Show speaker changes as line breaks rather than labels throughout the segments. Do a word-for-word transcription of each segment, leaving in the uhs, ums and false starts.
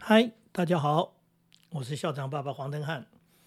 嗨，大家好，我是校长爸爸黄登汉。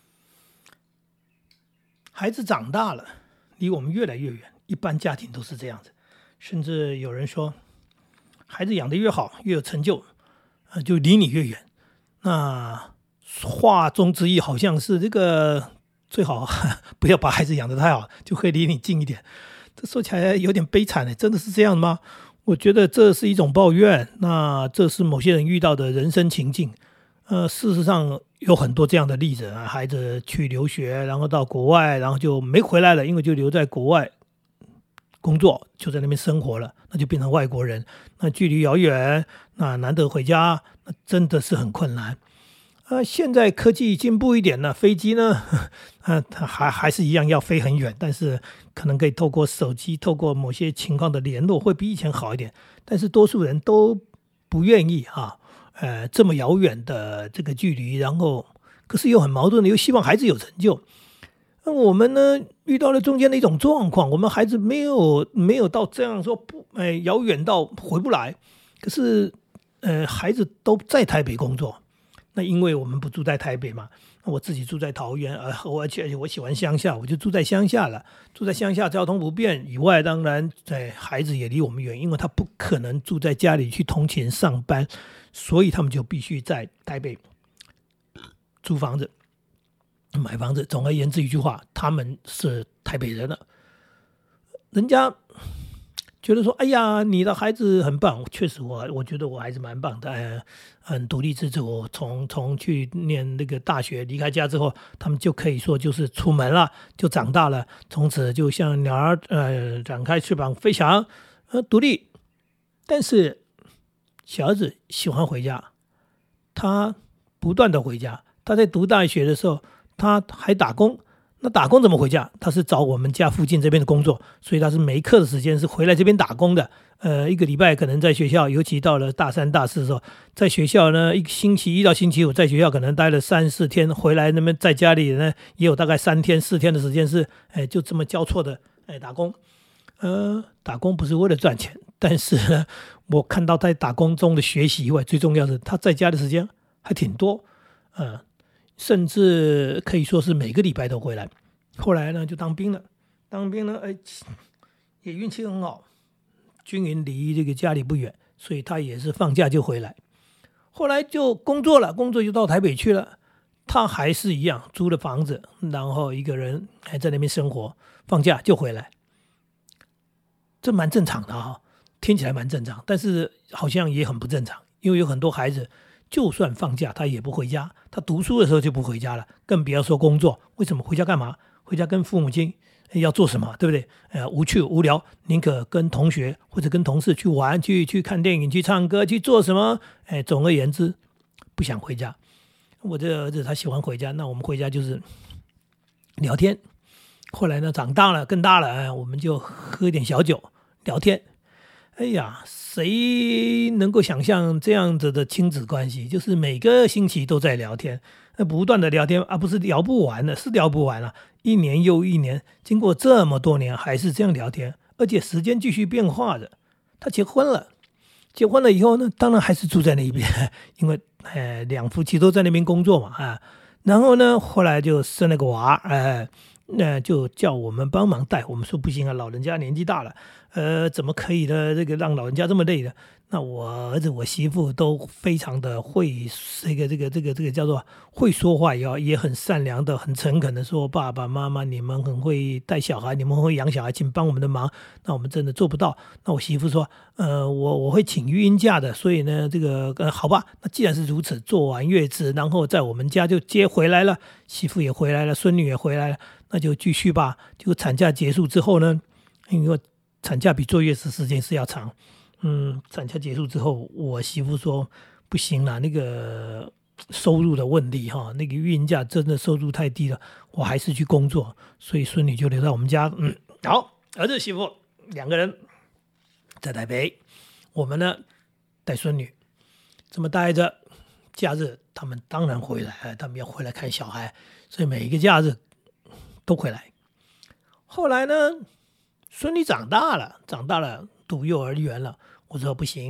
孩子长大了，离我们越来越远，一般家庭都是这样子。甚至有人说，孩子养得越好，越有成就，呃，就离你越远。那话中之意好像是这个最好不要把孩子养得太好，就会离你近一点。这说起来有点悲惨，真的是这样吗？我觉得这是一种抱怨，那这是某些人遇到的人生情境。呃，事实上有很多这样的例子啊，孩子去留学，然后到国外，然后就没回来了，因为就留在国外工作，就在那边生活了，那就变成外国人。那距离遥远，那难得回家，那真的是很困难。呃，现在科技进步一点了，飞机呢，呃，它还还是一样要飞很远，但是可能可以透过手机，透过某些情况的联络，会比以前好一点。但是多数人都不愿意啊，呃，这么遥远的这个距离，然后可是又很矛盾的，又希望孩子有成就。那我们呢，遇到了中间的一种状况，我们孩子没有没有到这样说不，哎，遥远到回不来，可是呃，孩子都在台北工作。那因为我们不住在台北嘛，我自己住在桃园，呃，而且我喜欢乡下，我就住在乡下了。住在乡下，交通不便以外，当然，哎，孩子也离我们远，因为他不可能住在家里去通勤上班，所以他们就必须在台北租房子、买房子。总而言之一句话，他们是台北人了。人家觉得说，哎呀，你的孩子很棒，确实我我觉得我孩子蛮棒的，呃、很独立自主。从从去念那个大学，离开家之后，他们就可以说就是出门了，就长大了，从此就像鸟儿呃展开翅膀飞翔，呃独立。但是小儿子喜欢回家，他不断的回家。他在读大学的时候，他还打工。那打工怎么回家？他是找我们家附近这边的工作，所以他是没课的时间是回来这边打工的。呃，一个礼拜可能在学校，尤其到了大三、大四的时候，在学校呢，一个星期一到星期五在学校可能待了三四天，回来那么在家里呢也有大概三天、四天的时间是，哎，就这么交错的，哎，打工。呃，打工不是为了赚钱，但是呢，我看到在打工中的学习以外，最重要的是他在家的时间还挺多，呃。甚至可以说是每个礼拜都回来。后来呢，就当兵了。当兵呢，哎，也运气很好，军营离这个家里不远，所以他也是放假就回来。后来就工作了，工作就到台北去了。他还是一样租了房子，然后一个人还在那边生活，放假就回来。这蛮正常的啊，听起来蛮正常，但是好像也很不正常，因为有很多孩子就算放假他也不回家，他读书的时候就不回家了，更不要说工作。为什么回家干嘛？回家跟父母亲要做什么，对不对？呃，无趣无聊，宁可跟同学或者跟同事去玩，去去看电影，去唱歌，去做什么？哎，总而言之，不想回家。我这儿子他喜欢回家，那我们回家就是聊天。后来呢，长大了更大了，哎，我们就喝点小酒聊天。哎呀，谁能够想象这样子的亲子关系？就是每个星期都在聊天，那不断的聊天，而不是聊不完的，是聊不完了。一年又一年，经过这么多年，还是这样聊天，而且时间继续变化着。他结婚了，结婚了以后呢，当然还是住在那边，因为呃两夫妻都在那边工作嘛啊。然后呢，后来就生了个娃，哎。那就叫我们帮忙带，我们说不行啊，老人家年纪大了，呃，怎么可以呢？这个让老人家这么累的？那我儿子、我媳妇都非常的会，这个、这个、这个、这个叫做会说话，也也很善良的、很诚恳的说：“爸爸妈妈，你们很会带小孩，你们很会养小孩，请帮我们的忙。”那我们真的做不到。那我媳妇说：“呃，我我会请育婴假的，所以呢，这个呃，好吧。那既然是如此，做完月子，然后在我们家就接回来了，媳妇也回来了，孙女也回来了。”那就继续吧。就产假结束之后呢，因为产假比坐月子时间是要长，嗯，产假结束之后，我媳妇说不行了，那个收入的问题哈，那个育婴假真的收入太低了，我还是去工作，所以孙女就留在我们家。嗯，好，儿子媳妇两个人在台北，我们呢带孙女，这么带着，假日他们当然回来，他们要回来看小孩，所以每一个假日都回来。后来呢，孙女长大了，长大了读幼儿园了，我说不行，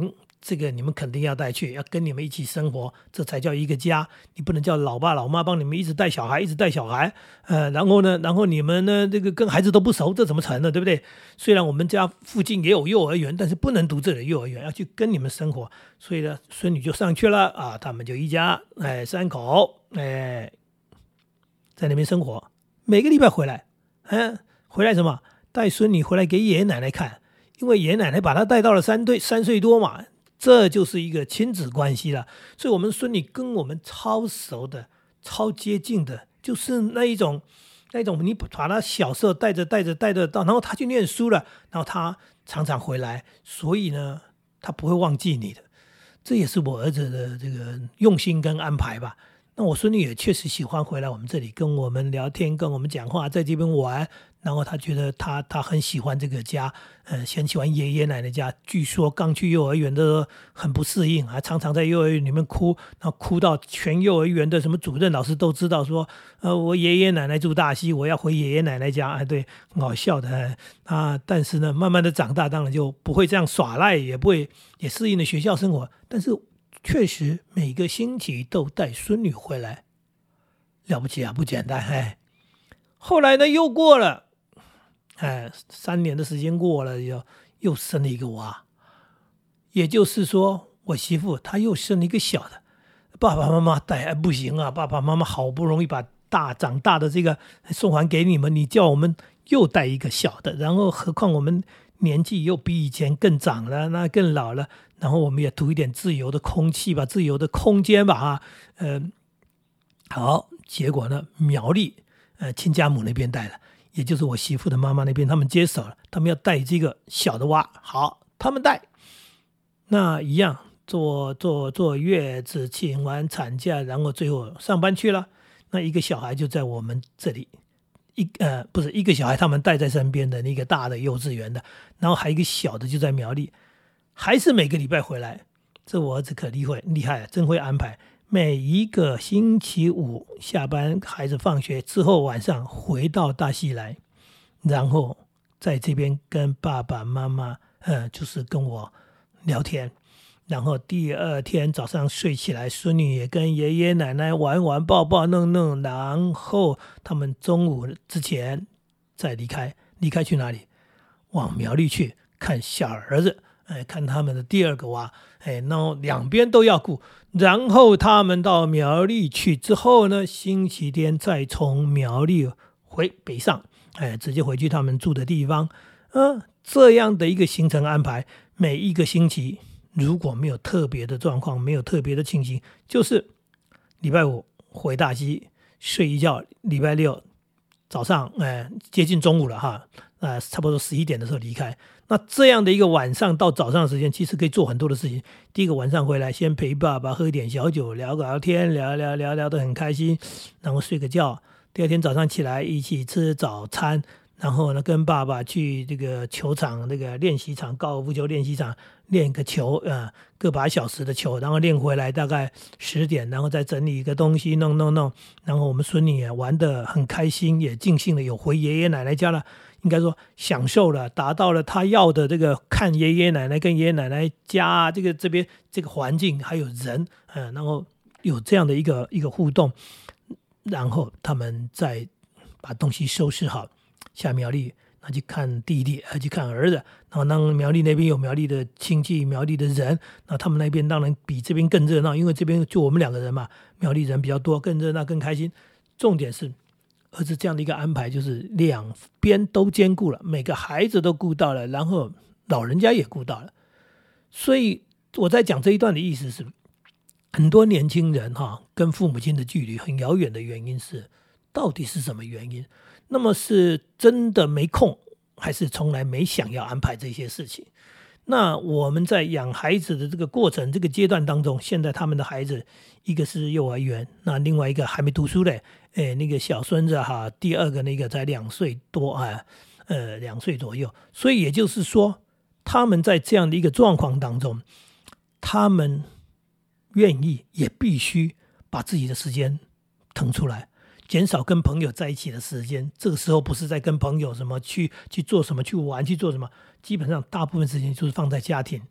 这个你们肯定要带去，要跟你们一起生活，这才叫一个家。你不能叫老爸老妈帮你们一直带小孩，一直带小孩，呃，然后呢，然后你们呢，这个跟孩子都不熟，这怎么成呢？对不对？虽然我们家附近也有幼儿园，但是不能读这里的幼儿园，要去跟你们生活。所以呢，孙女就上去了啊，他们就一家哎三口哎在那边生活，每个礼拜回来，嗯，回来什么？带孙女回来给爷爷奶奶看，因为爷爷奶奶把她带到了三岁三岁多嘛。这就是一个亲子关系了，所以我们孙女跟我们超熟的、超接近的，就是那一种、那一种，你把她小时候带着、带着、带着到，然后她去念书了，然后她常常回来，所以呢，她不会忘记你的。这也是我儿子的这个用心跟安排吧。那我孙女也确实喜欢回来我们这里跟我们聊天，跟我们讲话，在这边玩。然后他觉得他他很喜欢这个家，呃，很喜欢爷爷奶奶家。据说刚去幼儿园的时候很不适应，还常常在幼儿园里面哭，然后哭到全幼儿园的什么主任老师都知道说，呃，我爷爷奶奶住大溪，我要回爷爷奶奶家。哎，对，很好笑的啊。但是呢，慢慢的长大，当然就不会这样耍赖，也不会也适应了学校生活。但是确实每个星期都带孙女回来，了不起啊，不简单。哎，后来呢，又过了。哎，三年的时间过了，又又生了一个娃，也就是说，我媳妇她又生了一个小的。爸爸妈妈带，哎，不行啊！爸爸妈妈好不容易把大长大的这个送还给你们，你叫我们又带一个小的，然后何况我们年纪又比以前更长了，那更老了，然后我们也图一点自由的空气吧，自由的空间吧，啊，呃，好，结果呢，苗栗呃亲家母那边带了。也就是我媳妇的妈妈那边，他们接手了，他们要带这个小的娃，好，他们带，那一样坐坐坐月子，请完产假，然后最后上班去了。那一个小孩就在我们这里，一呃不是一个小孩，他们带在身边的那个大的幼稚园的，然后还有一个小的就在苗栗，还是每个礼拜回来。这我儿子可厉害厉害啊，真会安排。每一个星期五下班，孩子放学之后晚上回到大溪来，然后在这边跟爸爸妈妈，呃，就是跟我聊天。然后第二天早上睡起来，孙女也跟爷爷奶奶玩玩抱抱弄弄，然后他们中午之前再离开，离开去哪里？往苗栗去看小儿子。哎，看他们的第二个娃，哎，然后两边都要顾，然后他们到苗栗去之后呢，星期天再从苗栗回北上，哎，直接回去他们住的地方，呃，这样的一个行程安排，每一个星期如果没有特别的状况，没有特别的情形，就是礼拜五回大溪睡一觉，礼拜六早上，哎，接近中午了哈，呃，差不多十一点的时候离开。那这样的一个晚上到早上的时间，其实可以做很多的事情。第一个晚上回来，先陪爸爸喝一点小酒，聊聊天，聊聊聊聊得很开心，然后睡个觉。第二天早上起来一起吃早餐，然后呢跟爸爸去这个球场、那个练习场、高尔夫球练习场练个球，呃，个把小时的球，然后练回来大概十点，然后再整理一个东西，弄弄弄。然后我们孙女也玩得很开心，也尽兴了，有回爷爷奶奶家了。应该说享受了，达到了他要的这个看爷爷奶奶跟爷爷奶奶家这个这边这个环境还有人，嗯，然后有这样的一个一个互动，然后他们再把东西收拾好，下苗栗那去看弟弟，去看儿子，然后当苗栗那边有苗栗的亲戚、苗栗的人，那他们那边当然比这边更热闹，因为这边就我们两个人嘛，苗栗人比较多，更热闹更开心。重点是儿子这样的一个安排，就是两边都兼顾了，每个孩子都顾到了，然后老人家也顾到了。所以我在讲这一段的意思是，很多年轻人哈跟父母亲的距离很遥远的原因是，到底是什么原因？那么是真的没空，还是从来没想要安排这些事情？那我们在养孩子的这个过程、这个阶段当中，现在他们的孩子一个是幼儿园，那另外一个还没读书嘞，哎，那个小孙子哈，第二个那个才两岁多啊，呃，两岁左右。所以也就是说，他们在这样的一个状况当中，他们愿意也必须把自己的时间腾出来，减少跟朋友在一起的时间。这个时候不是在跟朋友什么去去做什么去玩去做什么，基本上大部分时间就是放在家庭。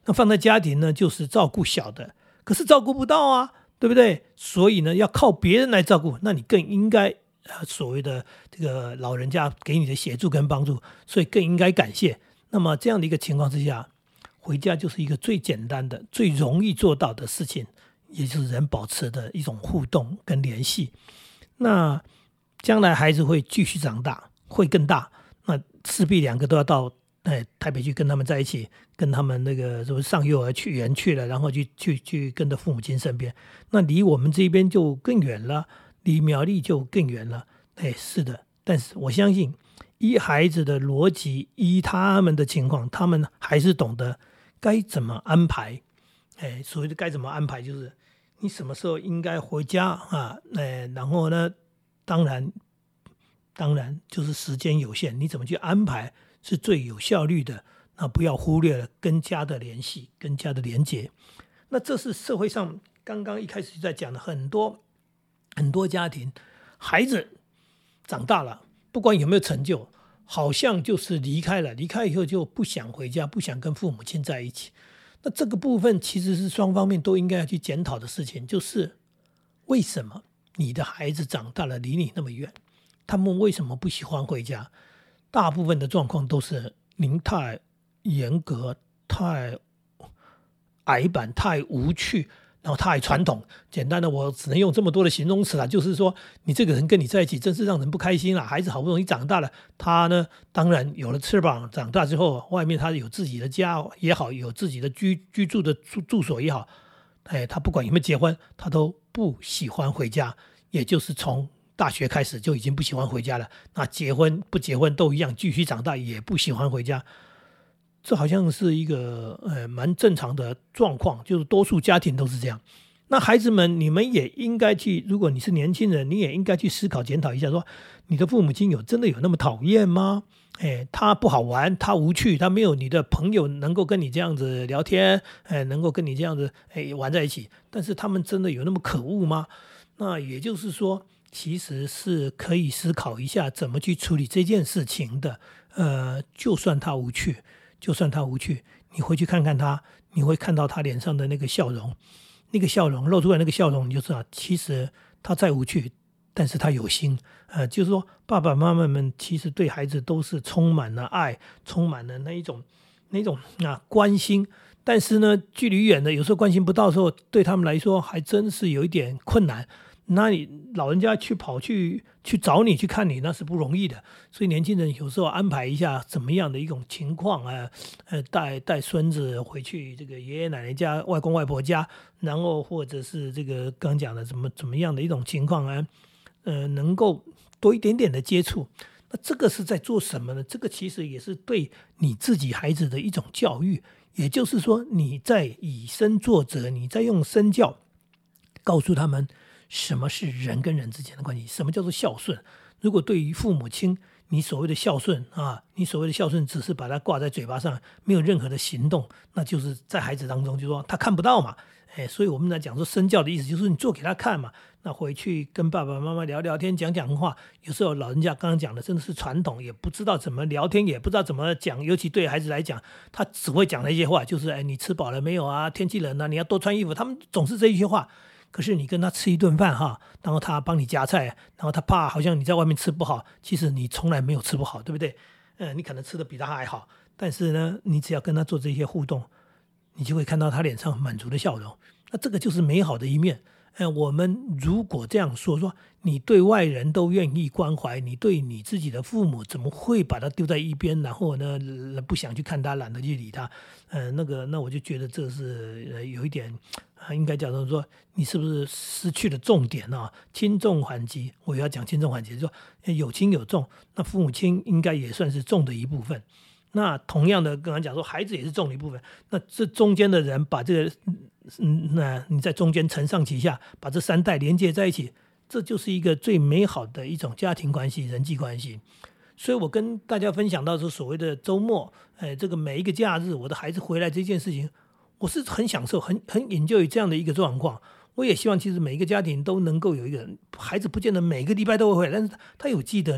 那放在家庭呢，就是照顾小的，可是照顾不到啊，对不对？所以呢，要靠别人来照顾，那你更应该呃所谓的这个老人家给你的协助跟帮助，所以更应该感谢。那么这样的一个情况之下，回家就是一个最简单的、最容易做到的事情，也就是人保持的一种互动跟联系。那将来孩子会继续长大，会更大，那势必两个都要到哎台北去跟他们在一起，跟他们那个什么上幼儿去园去了，然后去去去跟着父母亲身边，那离我们这边就更远了，离苗栗就更远了。哎，是的，但是我相信依孩子的逻辑，依他们的情况，他们还是懂得该怎么安排。哎，所谓的该怎么安排，就是你什么时候应该回家啊？哎，然后呢，当然，当然就是时间有限，你怎么去安排是最有效率的。那不要忽略了跟家的联系、跟家的连结。那这是社会上刚刚一开始就在讲的，很多很多家庭，孩子长大了，不管有没有成就，好像就是离开了，离开以后就不想回家，不想跟父母亲在一起。那这个部分其实是双方面都应该要去检讨的事情，就是为什么你的孩子长大了离你那么远，他们为什么不喜欢回家？大部分的状况都是您太严格、太矮板、太无趣，然后太传统。简单的，我只能用这么多的形容词啦，就是说你这个人跟你在一起真是让人不开心啦。孩子好不容易长大了，他呢当然有了翅膀，长大之后外面他有自己的家也好，有自己的居居住的住住所也好，哎，他不管有没有结婚，他都不喜欢回家，也就是从大学开始就已经不喜欢回家了。那结婚不结婚都一样，继续长大也不喜欢回家。这好像是一个呃蛮正常的状况，就是多数家庭都是这样。那孩子们，你们也应该去，如果你是年轻人，你也应该去思考检讨一下，说你的父母亲有真的有那么讨厌吗？哎，他不好玩，他无趣，他没有你的朋友能够跟你这样子聊天，哎，能够跟你这样子哎玩在一起。但是他们真的有那么可恶吗？那也就是说，其实是可以思考一下怎么去处理这件事情的。呃，就算他无趣。就算他无趣，你回去看看他，你会看到他脸上的那个笑容，那个笑容露出来那个笑容，你就知道，其实他再无趣，但是他有心。呃，就是说，爸爸妈妈们其实对孩子都是充满了爱，充满了那一种那种啊关心。但是呢，距离远的，有时候关心不到的时候，对他们来说还真是有一点困难。那你老人家去跑去去找你去看你，那是不容易的。所以年轻人有时候安排一下怎么样的一种情况啊，呃，带带孙子回去这个爷爷奶奶家、外公外婆家，然后或者是这个刚讲的怎么怎么样的一种情况啊，呃，能够多一点点的接触。那这个是在做什么呢？这个其实也是对你自己孩子的一种教育，也就是说你在以身作则，你在用身教告诉他们。什么是人跟人之间的关系？什么叫做孝顺？如果对于父母亲，你所谓的孝顺啊，你所谓的孝顺只是把它挂在嘴巴上，没有任何的行动，那就是在孩子当中就说他看不到嘛。哎，所以我们来讲说身教的意思就是你做给他看嘛。那回去跟爸爸妈妈聊聊天，讲讲话。有时候老人家刚刚讲的真的是传统，也不知道怎么聊天，也不知道怎么讲。尤其对孩子来讲，他只会讲那些话，就是哎，你吃饱了没有啊？天气冷啊，你要多穿衣服。他们总是这一些话。可是你跟他吃一顿饭哈，然后他帮你夹菜，然后他怕好像你在外面吃不好，其实你从来没有吃不好，对不对？嗯，你可能吃的比他还好，但是呢，你只要跟他做这些互动，你就会看到他脸上满足的笑容。那这个就是美好的一面。嗯，我们如果这样说说，你对外人都愿意关怀，你对你自己的父母怎么会把他丢在一边，然后呢不想去看他，懒得去理他？呃，那个，那我就觉得这是呃有一点，啊，应该讲成说你是不是失去了重点啊？轻重缓急，我也要讲轻重缓急，就说有轻有重，那父母亲应该也算是重的一部分。那同样的，刚刚讲说孩子也是重的一部分，那这中间的人把这个，嗯，那你在中间承上启下，把这三代连接在一起，这就是一个最美好的一种家庭关系、人际关系。所以我跟大家分享到说，所谓的周末，哎，这个每一个假日，我的孩子回来这件事情，我是很享受、很很enjoy这样的一个状况。我也希望，其实每一个家庭都能够有一个孩子，不见得每个礼拜都会回来，但是他有记得你。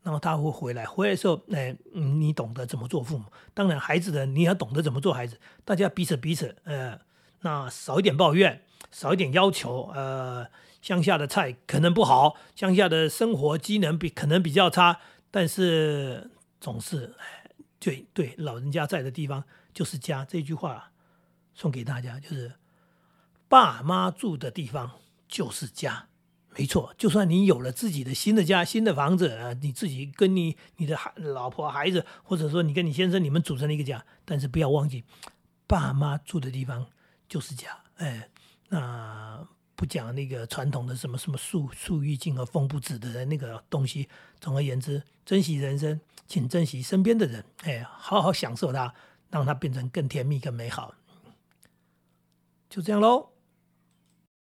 然后他会回来，回来的时候，哎，嗯，你懂得怎么做父母，当然孩子的你要懂得怎么做孩子，大家彼此彼此，呃，那少一点抱怨，少一点要求，呃，乡下的菜可能不好，乡下的生活机能比可能比较差，但是总是，对对，老人家在的地方就是家，这句话送给大家，就是爸妈住的地方就是家。没错，就算你有了自己的新的家、新的房子，呃，你自己跟你你的孩老婆、孩子，或者说你跟你先生，你们组成了一个家，但是不要忘记，爸妈住的地方就是家。哎，那不讲那个传统的什么什么树树欲静而风不止的那个东西。总而言之，珍惜人生，请珍惜身边的人，哎，好好享受它，让它变成更甜蜜、更美好。就这样喽。